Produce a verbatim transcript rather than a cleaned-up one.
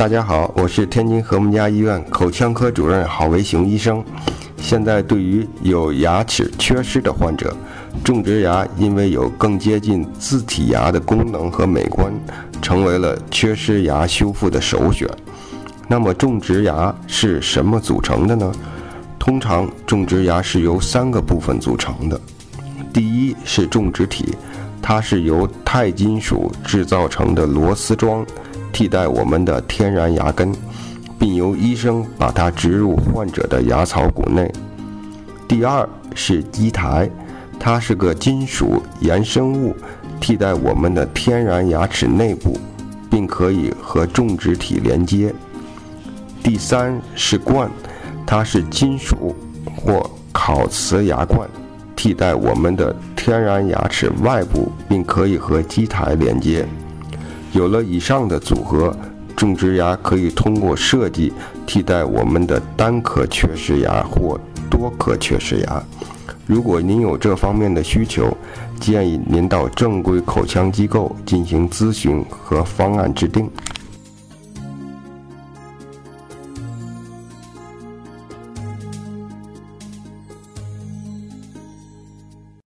大家好，我是天津和睦家医院口腔科主任郝维雄医生。现在对于有牙齿缺失的患者，种植牙因为有更接近自体牙的功能和美观，成为了缺失牙修复的首选。那么种植牙是什么组成的呢？通常种植牙是由三个部分组成的。第一是种植体，它是由钛金属制造成的螺丝桩，替代我们的天然牙根，并由医生把它植入患者的牙槽骨内。第二是基台，它是个金属衍生物，替代我们的天然牙齿内部，并可以和种植体连接。第三是冠，它是金属或烤瓷牙冠，替代我们的天然牙齿外部，并可以和基台连接。有了以上的组合，种植牙可以通过设计替代我们的单颗缺失牙或多颗缺失牙。如果您有这方面的需求，建议您到正规口腔机构进行咨询和方案制定。